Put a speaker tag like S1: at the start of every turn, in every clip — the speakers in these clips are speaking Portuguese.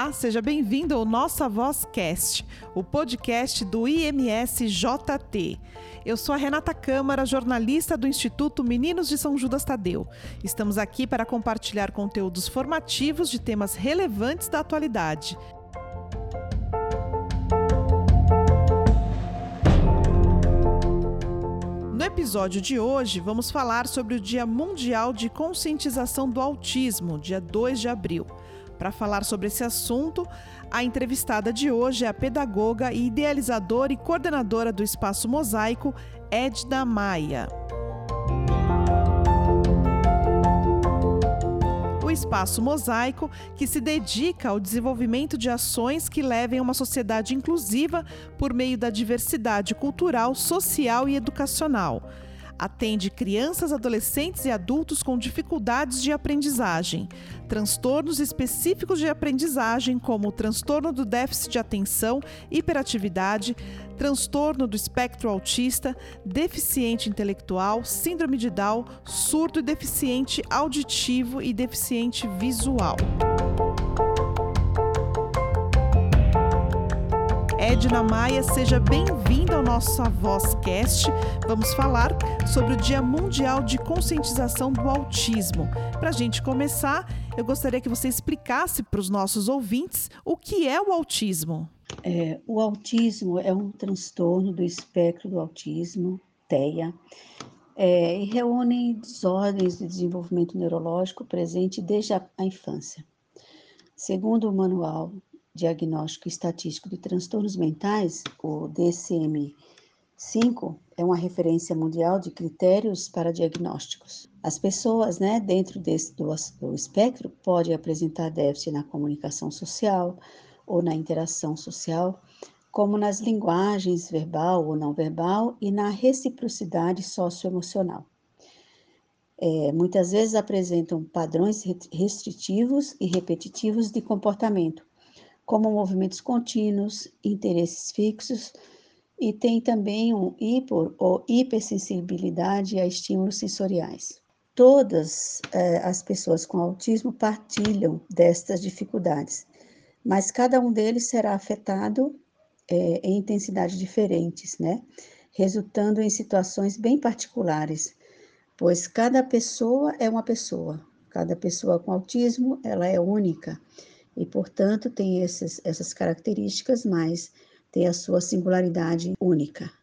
S1: Olá, seja bem-vindo ao Nossa Voz Cast, o podcast do IMS-JT. Eu sou a Renata Câmara, jornalista do Instituto Meninos de São Judas Tadeu. Estamos aqui para compartilhar conteúdos formativos de temas relevantes da atualidade. No episódio de hoje, vamos falar sobre o Dia Mundial de Conscientização do Autismo, dia 2 de abril. Para falar sobre esse assunto, a entrevistada de hoje é a pedagoga e idealizadora e coordenadora do Espaço Mosaico, Edna Maia. O Espaço Mosaico, que se dedica ao desenvolvimento de ações que levem a uma sociedade inclusiva por meio da diversidade cultural, social e educacional. Atende crianças, adolescentes e adultos com dificuldades de aprendizagem, transtornos específicos de aprendizagem, como o transtorno do déficit de atenção, hiperatividade, transtorno do espectro autista, deficiente intelectual, síndrome de Down, surdo e deficiente auditivo e deficiente visual. Edna Maia, seja bem-vinda ao nosso Vozcast. Vamos falar sobre o Dia Mundial de Conscientização do Autismo. Para a gente começar, eu gostaria que você explicasse para os nossos ouvintes o que é o autismo.
S2: O autismo é um transtorno do espectro do autismo, TEA, e reúne desordens de desenvolvimento neurológico presente desde a infância. Segundo o Manual Diagnóstico e Estatístico de Transtornos Mentais, o DSM-5, é uma referência mundial de critérios para diagnósticos. As pessoas, dentro do espectro, podem apresentar déficit na comunicação social ou na interação social, como nas linguagens verbal ou não verbal e na reciprocidade socioemocional. Muitas vezes apresentam padrões restritivos e repetitivos de comportamento, como movimentos contínuos, interesses fixos, e tem também um hipersensibilidade a estímulos sensoriais. Todas as pessoas com autismo partilham destas dificuldades, mas cada um deles será afetado em intensidades diferentes, resultando em situações bem particulares, pois cada pessoa é uma pessoa, cada pessoa com autismo ela é única, e, portanto, tem essas características, mas tem a sua singularidade única.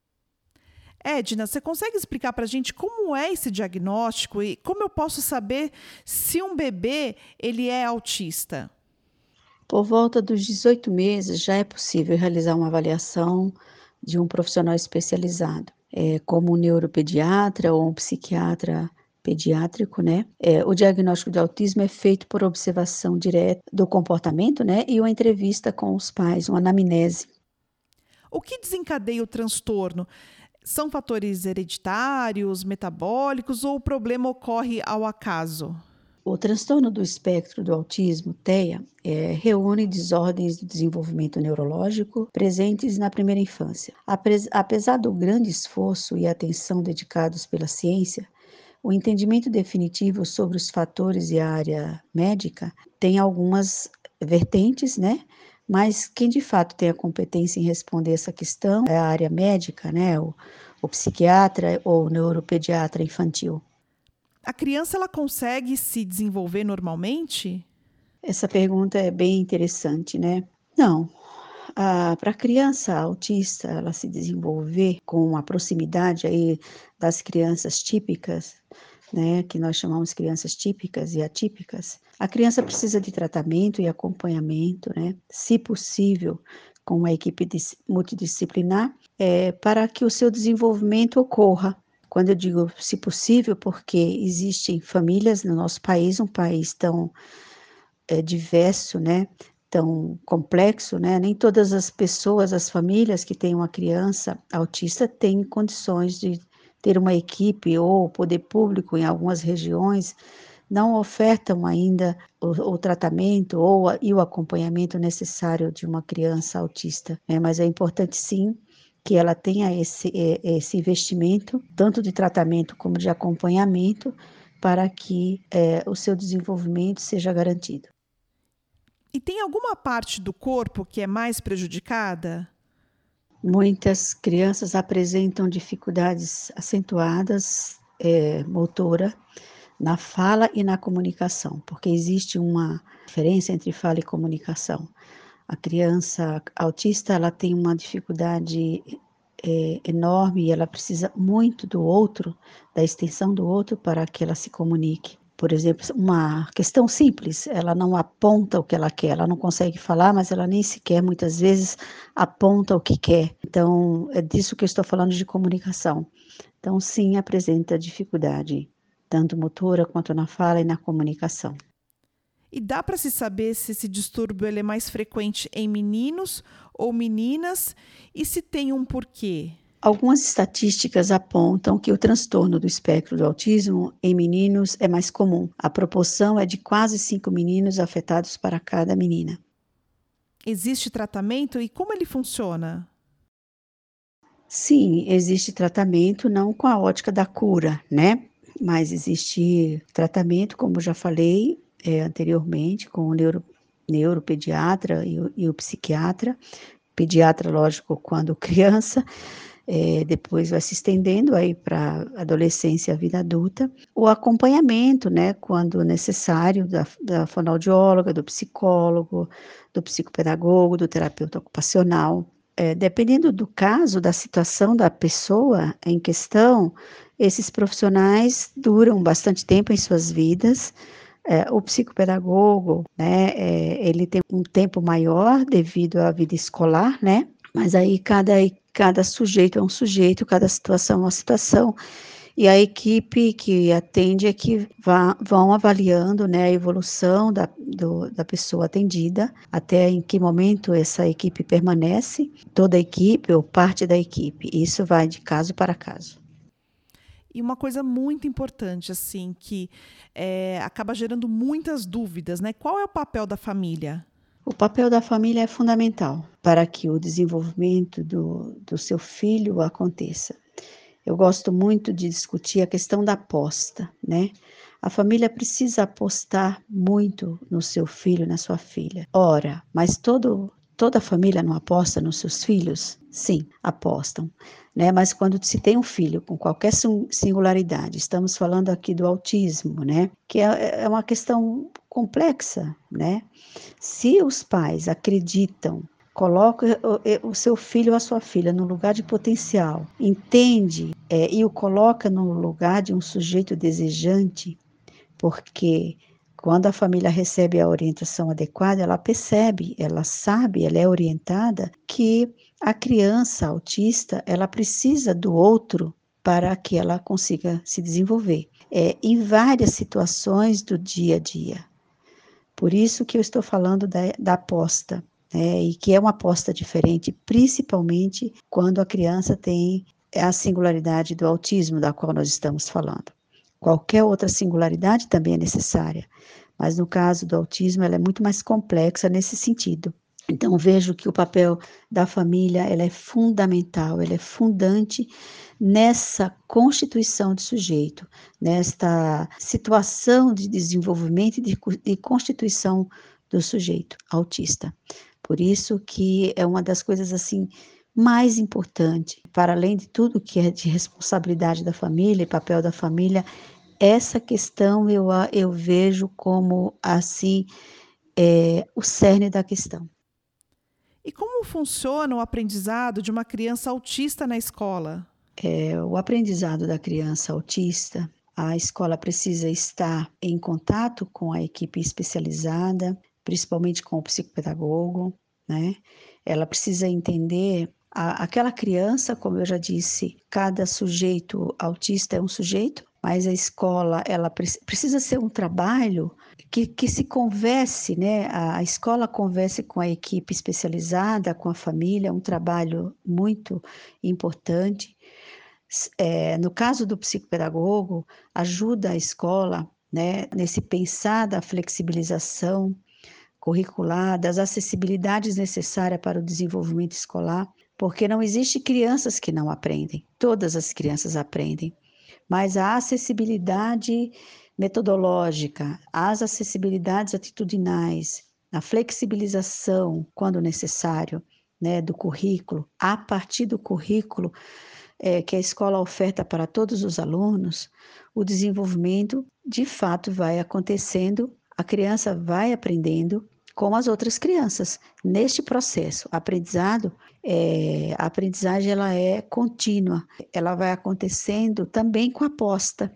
S1: Edna, você consegue explicar para a gente como é esse diagnóstico e como eu posso saber se um bebê ele é autista?
S2: Por volta dos 18 meses, já é possível realizar uma avaliação de um profissional especializado, como um neuropediatra ou um psiquiatra pediátrico, O diagnóstico de autismo é feito por observação direta do comportamento, e uma entrevista com os pais, uma anamnese.
S1: O que desencadeia o transtorno? São fatores hereditários, metabólicos ou o problema ocorre ao acaso?
S2: O transtorno do espectro do autismo, TEA, reúne desordens do desenvolvimento neurológico presentes na primeira infância. Apesar do grande esforço e atenção dedicados pela ciência, o entendimento definitivo sobre os fatores e a área médica tem algumas vertentes, mas quem de fato tem a competência em responder essa questão é a área médica, o psiquiatra ou o neuropediatra infantil.
S1: A criança ela consegue se desenvolver normalmente?
S2: Essa pergunta é bem interessante, Não. Para a criança autista, ela se desenvolver com a proximidade aí das crianças típicas, que nós chamamos crianças típicas e atípicas, a criança precisa de tratamento e acompanhamento, se possível, com uma equipe multidisciplinar, para que o seu desenvolvimento ocorra. Quando eu digo se possível, porque existem famílias no nosso país, um país tão diverso, tão complexo, nem todas as pessoas, as famílias que têm uma criança autista têm condições de ter uma equipe ou o poder público em algumas regiões não ofertam ainda o tratamento e o acompanhamento necessário de uma criança autista, mas é importante sim que ela tenha esse investimento, tanto de tratamento como de acompanhamento, para que o seu desenvolvimento seja garantido.
S1: E tem alguma parte do corpo que é mais prejudicada?
S2: Muitas crianças apresentam dificuldades acentuadas, motora, na fala e na comunicação, porque existe uma diferença entre fala e comunicação. A criança autista, ela tem uma dificuldade enorme e ela precisa muito do outro, da extensão do outro para que ela se comunique. Por exemplo, uma questão simples, ela não aponta o que ela quer, ela não consegue falar, mas ela nem sequer muitas vezes aponta o que quer. Então, é disso que eu estou falando de comunicação. Então, sim, apresenta dificuldade, tanto motora quanto na fala e na comunicação.
S1: E dá para se saber se esse distúrbio ele é mais frequente em meninos ou meninas e se tem um porquê?
S2: Algumas estatísticas apontam que o transtorno do espectro do autismo em meninos é mais comum. A proporção é de quase 5 meninos afetados para cada menina.
S1: Existe tratamento e como ele funciona?
S2: Sim, existe tratamento, não com a ótica da cura, né? Mas existe tratamento, como já falei anteriormente, com o neuropediatra e o psiquiatra. Pediatra, lógico, quando criança, depois vai se estendendo aí para adolescência e a vida adulta. O acompanhamento, né, quando necessário, da fonoaudióloga, do psicólogo, do psicopedagogo, do terapeuta ocupacional. Dependendo do caso, da situação da pessoa em questão, esses profissionais duram bastante tempo em suas vidas. O psicopedagogo, né, ele tem um tempo maior devido à vida escolar, né, mas aí cada sujeito é um sujeito, cada situação é uma situação, e a equipe que atende é que vão avaliando, né, a evolução da pessoa atendida, até em que momento essa equipe permanece, toda a equipe ou parte da equipe. Isso vai de caso para caso.
S1: E uma coisa muito importante, assim, que acaba gerando muitas dúvidas, né? Qual é o papel da família?
S2: O papel da família é fundamental para que o desenvolvimento do seu filho aconteça. Eu gosto muito de discutir a questão da aposta, né? A família precisa apostar muito no seu filho, na sua filha. Ora, mas toda família não aposta nos seus filhos? Sim, apostam, né? Mas quando se tem um filho com qualquer singularidade, estamos falando aqui do autismo, né? Que é uma questão complexa, né? Se os pais acreditam, coloca o seu filho ou a sua filha no lugar de potencial, entende e o coloca no lugar de um sujeito desejante, porque quando a família recebe a orientação adequada, ela percebe, ela sabe, ela é orientada que a criança autista, ela precisa do outro para que ela consiga se desenvolver. Em várias situações do dia a dia. Por isso que eu estou falando da aposta, né, e que é uma aposta diferente, principalmente quando a criança tem a singularidade do autismo, da qual nós estamos falando. Qualquer outra singularidade também é necessária, mas no caso do autismo, ela é muito mais complexa nesse sentido. Então, vejo que o papel da família ela é fundamental, ela é fundante nessa constituição de sujeito, nesta situação de desenvolvimento e de constituição do sujeito autista. Por isso que é uma das coisas assim mais importantes, para além de tudo que é de responsabilidade da família e papel da família, essa questão eu vejo como assim o cerne da questão.
S1: E como funciona o aprendizado de uma criança autista na escola?
S2: O aprendizado da criança autista, a escola precisa estar em contato com a equipe especializada, principalmente com o psicopedagogo, né? Ela precisa entender aquela criança, como eu já disse, cada sujeito autista é um sujeito, mas a escola ela precisa ser um trabalho que se converse, né? A escola converse com a equipe especializada, com a família, um trabalho muito importante. No caso do psicopedagogo, ajuda a escola, né, nesse pensar da flexibilização curricular, das acessibilidades necessárias para o desenvolvimento escolar, porque não existe crianças que não aprendem, todas as crianças aprendem, mas a acessibilidade metodológica, as acessibilidades atitudinais, na flexibilização, quando necessário, né, do currículo, a partir do currículo que a escola oferta para todos os alunos, o desenvolvimento de fato vai acontecendo, a criança vai aprendendo com as outras crianças. Neste processo, a aprendizagem ela é contínua, ela vai acontecendo também com a aposta.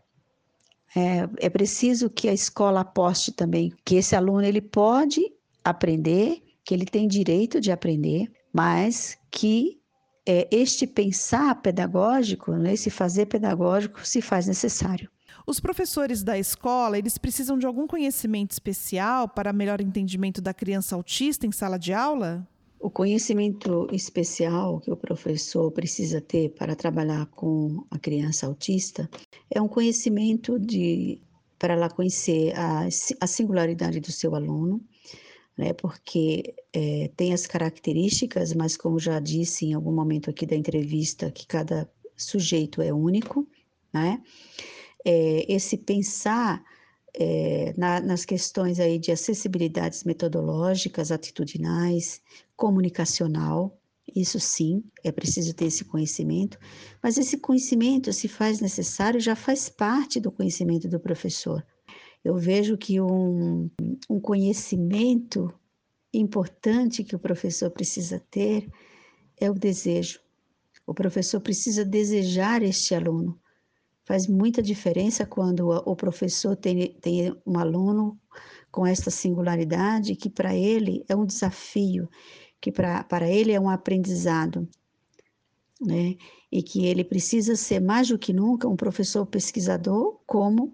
S2: É preciso que a escola aposte também, que esse aluno ele pode aprender, que ele tem direito de aprender, mas que este pensar pedagógico, né, esse fazer pedagógico se faz necessário.
S1: Os professores da escola, eles precisam de algum conhecimento especial para melhor entendimento da criança autista em sala de aula?
S2: O conhecimento especial que o professor precisa ter para trabalhar com a criança autista é um conhecimento para ela conhecer a singularidade do seu aluno, né? Porque tem as características, mas como já disse em algum momento aqui da entrevista, que cada sujeito é único, né? Esse pensar nas questões aí de acessibilidades metodológicas, atitudinais, comunicacional, isso sim, é preciso ter esse conhecimento, mas esse conhecimento se faz necessário, já faz parte do conhecimento do professor. Eu vejo que um conhecimento importante que o professor precisa ter é o desejo. O professor precisa desejar este aluno. Faz muita diferença quando o professor tem um aluno com essa singularidade, que para ele é um desafio, que para ele é um aprendizado, né? E que ele precisa ser mais do que nunca um professor pesquisador, como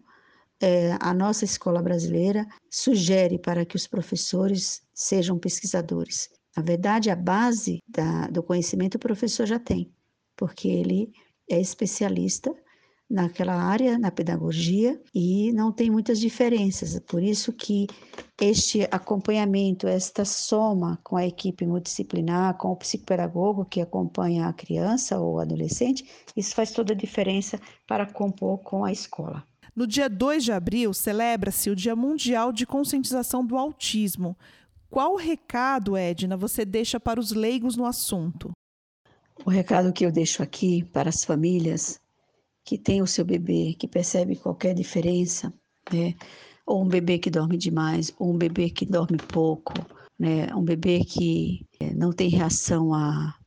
S2: a nossa escola brasileira sugere para que os professores sejam pesquisadores. Na verdade, a base do conhecimento o professor já tem, porque ele é especialista naquela área, na pedagogia, e não tem muitas diferenças. Por isso que este acompanhamento, esta soma com a equipe multidisciplinar, com o psicopedagogo que acompanha a criança ou adolescente, isso faz toda a diferença para compor com a escola.
S1: No dia 2 de abril, celebra-se o Dia Mundial de Conscientização do Autismo. Qual recado, Edna, você deixa para os leigos no assunto?
S2: O recado que eu deixo aqui para as famílias que têm o seu bebê, que percebe qualquer diferença, né? Ou um bebê que dorme demais, ou um bebê que dorme pouco, né? Um bebê que não tem reação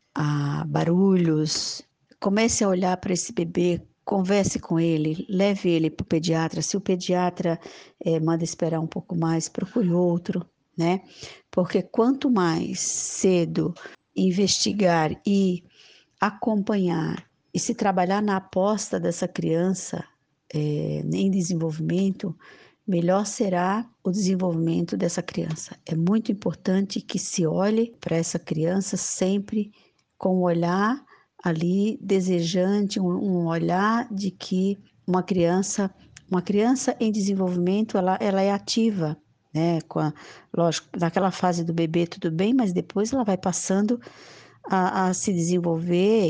S2: a barulhos. Comece a olhar para esse bebê, converse com ele, leve ele para o pediatra. Se o pediatra manda esperar um pouco mais, procure outro, né? Porque quanto mais cedo investigar e acompanhar e se trabalhar na aposta dessa criança em desenvolvimento, melhor será o desenvolvimento dessa criança. É muito importante que se olhe para essa criança sempre com um olhar ali desejante, um olhar de que uma criança em desenvolvimento, ela é ativa, né? Lógico, naquela fase do bebê tudo bem, mas depois ela vai passando a se desenvolver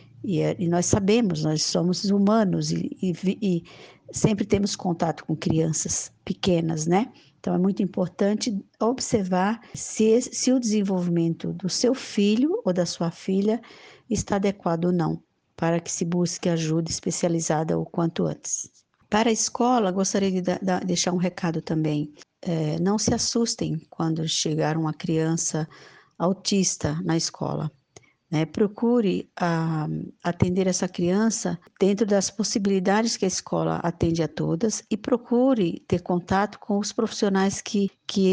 S2: e nós sabemos, nós somos humanos e sempre temos contato com crianças pequenas, né? Então é muito importante observar se o desenvolvimento do seu filho ou da sua filha está adequado ou não, para que se busque ajuda especializada o quanto antes. Para a escola, gostaria de deixar um recado também. Não se assustem quando chegar uma criança autista na escola. Né? Procure atender essa criança dentro das possibilidades que a escola atende a todas e procure ter contato com os profissionais que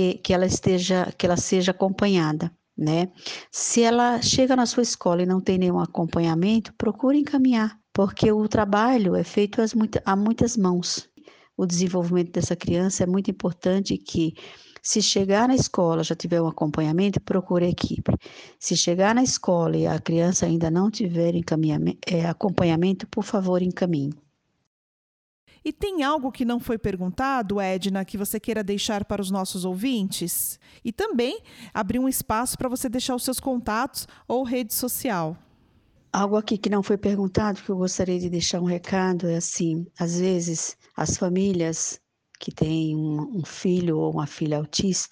S2: ela seja acompanhada. Né? Se ela chega na sua escola e não tem nenhum acompanhamento, procure encaminhar, porque o trabalho é feito a muitas mãos. O desenvolvimento dessa criança é muito importante que, se chegar na escola, já tiver um acompanhamento, procure a equipe. Se chegar na escola e a criança ainda não tiver acompanhamento, por favor, encaminhe.
S1: E tem algo que não foi perguntado, Edna, que você queira deixar para os nossos ouvintes? E também abrir um espaço para você deixar os seus contatos ou rede social.
S2: Algo aqui que não foi perguntado, que eu gostaria de deixar um recado, é assim, às vezes as famílias que têm um filho ou uma filha autista,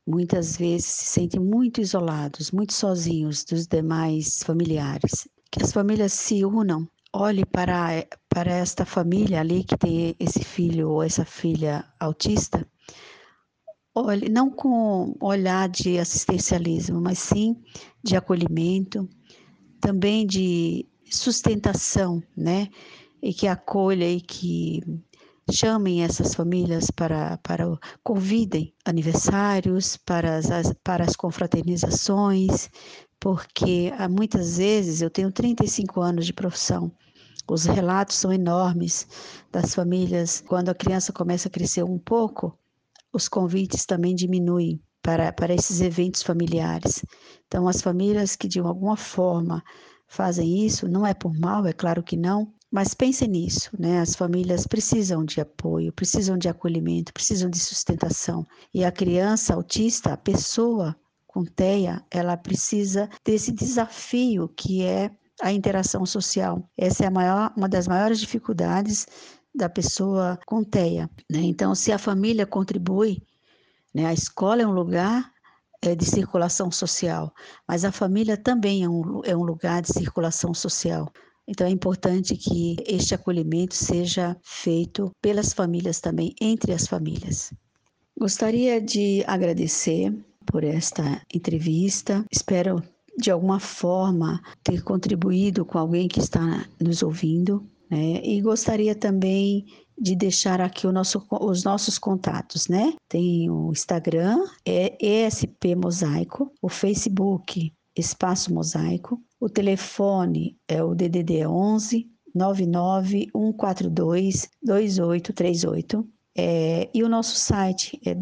S2: muitas vezes se sentem muito isolados, muito sozinhos dos demais familiares. Que as famílias se unam, olhe para esta família ali que tem esse filho ou essa filha autista, olhe não com olhar de assistencialismo, mas sim de acolhimento, também de sustentação, né? E que acolha e que chamem essas famílias convidem aniversários, para as confraternizações, porque muitas vezes, eu tenho 35 anos de profissão, os relatos são enormes das famílias, quando a criança começa a crescer um pouco, os convites também diminuem para esses eventos familiares. Então, as famílias que de alguma forma fazem isso, não é por mal, é claro que não, mas pensem nisso, né? As famílias precisam de apoio, precisam de acolhimento, precisam de sustentação. E a criança autista, a pessoa com TEA, ela precisa desse desafio que é a interação social. Essa é uma das maiores dificuldades da pessoa com TEA, né? Então, se a família contribui, né? A escola é um lugar de circulação social, mas a família também é um lugar de circulação social. Então, é importante que este acolhimento seja feito pelas famílias também, entre as famílias. Gostaria de agradecer por esta entrevista. Espero, de alguma forma, ter contribuído com alguém que está nos ouvindo, né? E gostaria também de deixar aqui os nossos contatos, né? Tem o Instagram, ESP Mosaico, o Facebook, Espaço Mosaico, o telefone é o DDD 11 99 142 2838. E o nosso site é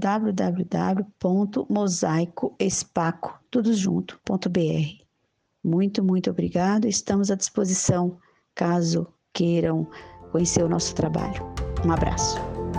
S2: www.mosaicoespaco.br. Muito, muito obrigado. Estamos à disposição, caso queiram conhecer o nosso trabalho. Um abraço.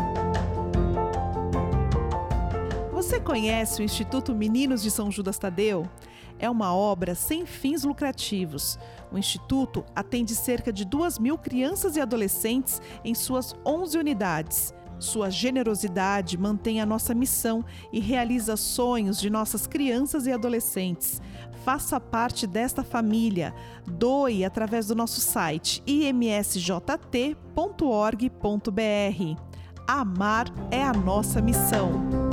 S1: Você conhece o Instituto Meninos de São Judas Tadeu? É uma obra sem fins lucrativos. O Instituto atende cerca de 2.000 crianças e adolescentes em suas 11 unidades. Sua generosidade mantém a nossa missão e realiza sonhos de nossas crianças e adolescentes. Faça parte desta família. Doe através do nosso site imsjt.org.br. Amar é a nossa missão.